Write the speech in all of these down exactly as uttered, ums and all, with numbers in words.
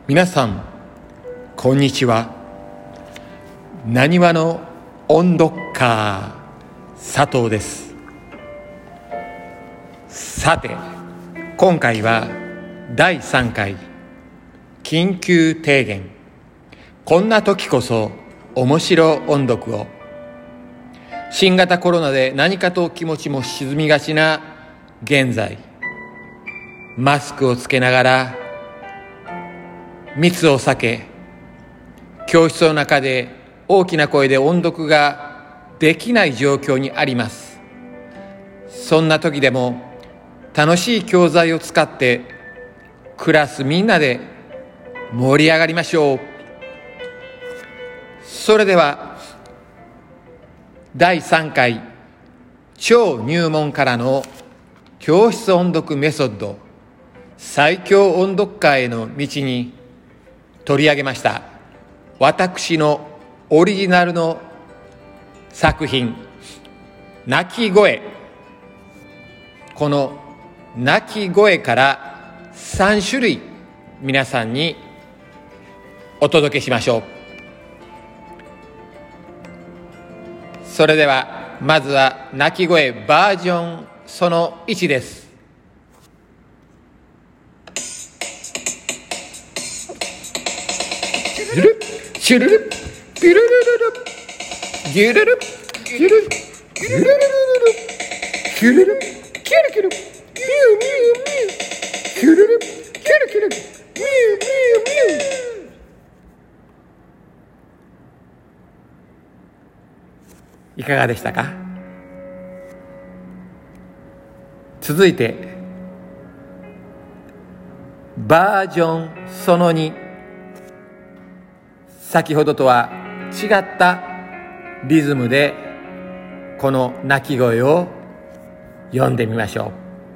皆さんこんにちは。なにわの音読家佐藤です。さて今回はだいさんかい緊急提言、こんな時こそ面白音読を。新型コロナで何かと気持ちも沈みがちな現在、マスクをつけながら密を避け、教室の中で大きな声で音読ができない状況にあります。そんな時でも楽しい教材を使ってクラスみんなで盛り上がりましょう。それではだいさんかい超入門からの教室音読メソッド、最強音読家への道に取り上げました私のオリジナルの作品、鳴き声。この鳴き声からさんしゅるい皆さんにお届けしましょう。それではまずは鳴き声バージョンそのいちです。シュルルシュルルピルルルルギュルルギュルルギュルルルルキュルルキュルキュルミュウミュウミュウキュルルキュルキュルミュウミュウミュウ。いかがでしたか？続いてバージョンそのに、先ほどとは違ったリズムでこの鳴き声を読んでみましょ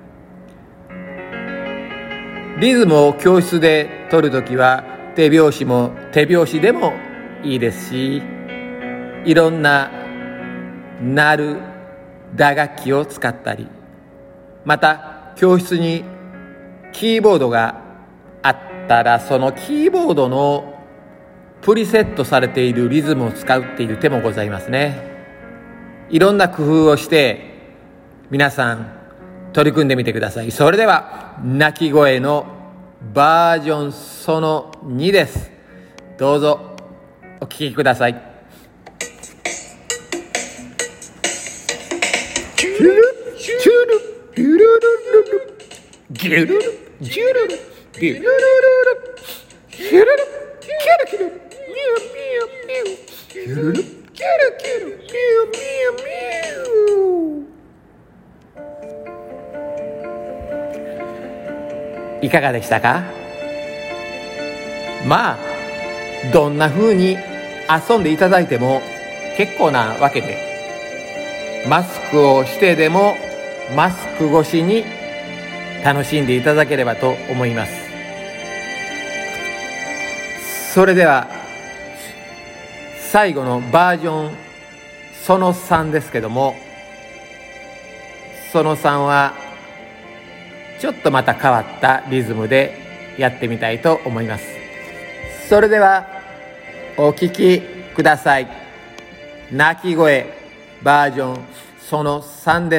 う。リズムを教室で取るときは手拍子も手拍子でもいいですし、いろんな鳴る打楽器を使ったり、また教室にキーボードがあったらそのキーボードのプリセットされているリズムを使うっていう手もございますね。いろんな工夫をして皆さん取り組んでみてください。それでは鳴き声のバージョンそのにです。どうぞお聞きください。チュルルチュルルルルルルギュルルジュルルビュルルルルキュルルキュルキュルミュウミュウミュウキュルルキュルキュルミュウミュウミュウ。いかがでしたか？まあどんな風に遊んでいただいても結構なわけで、マスクをしてでもマスク越しに楽しんでいただければと思います。それでは最後のバージョンそのさんですけども、そのさんはちょっとまた変わったリズムでやってみたいと思います。それではお聞きください。鳴き声バージョンそのさんです。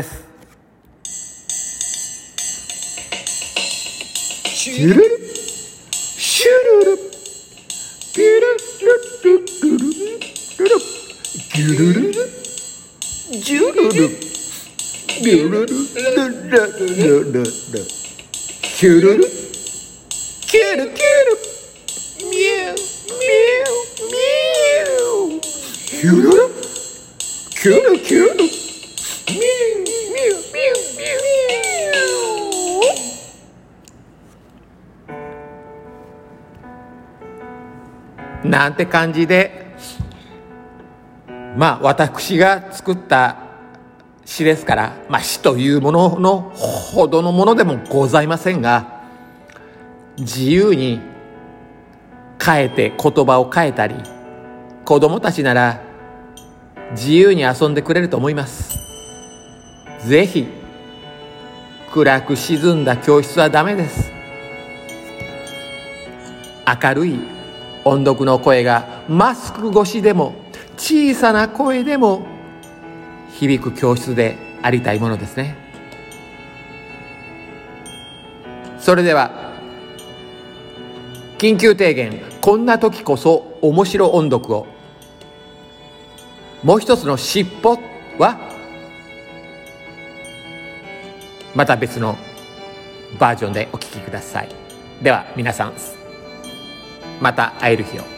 シュルルシュルルピルルルルルルルギュルルルジュルルビュルルルルルルルキュルルキュルキュルミュウミュウミュウキュルルキュルキュルミュウミュウミュウミュウなんて感じで、まあ私が作った詩ですから、まあ詩というもののほどのものでもございませんが、自由に変えて言葉を変えたり、子供たちなら自由に遊んでくれると思います。ぜひ暗く沈んだ教室はダメです。 明るい音読の声がマスク越しでも小さな声でも響く教室でありたいものですね。それでは緊急提言、こんな時こそ面白音読を。もう一つのしっぽはまた別のバージョンでお聞きください。では皆さん、また会える日を。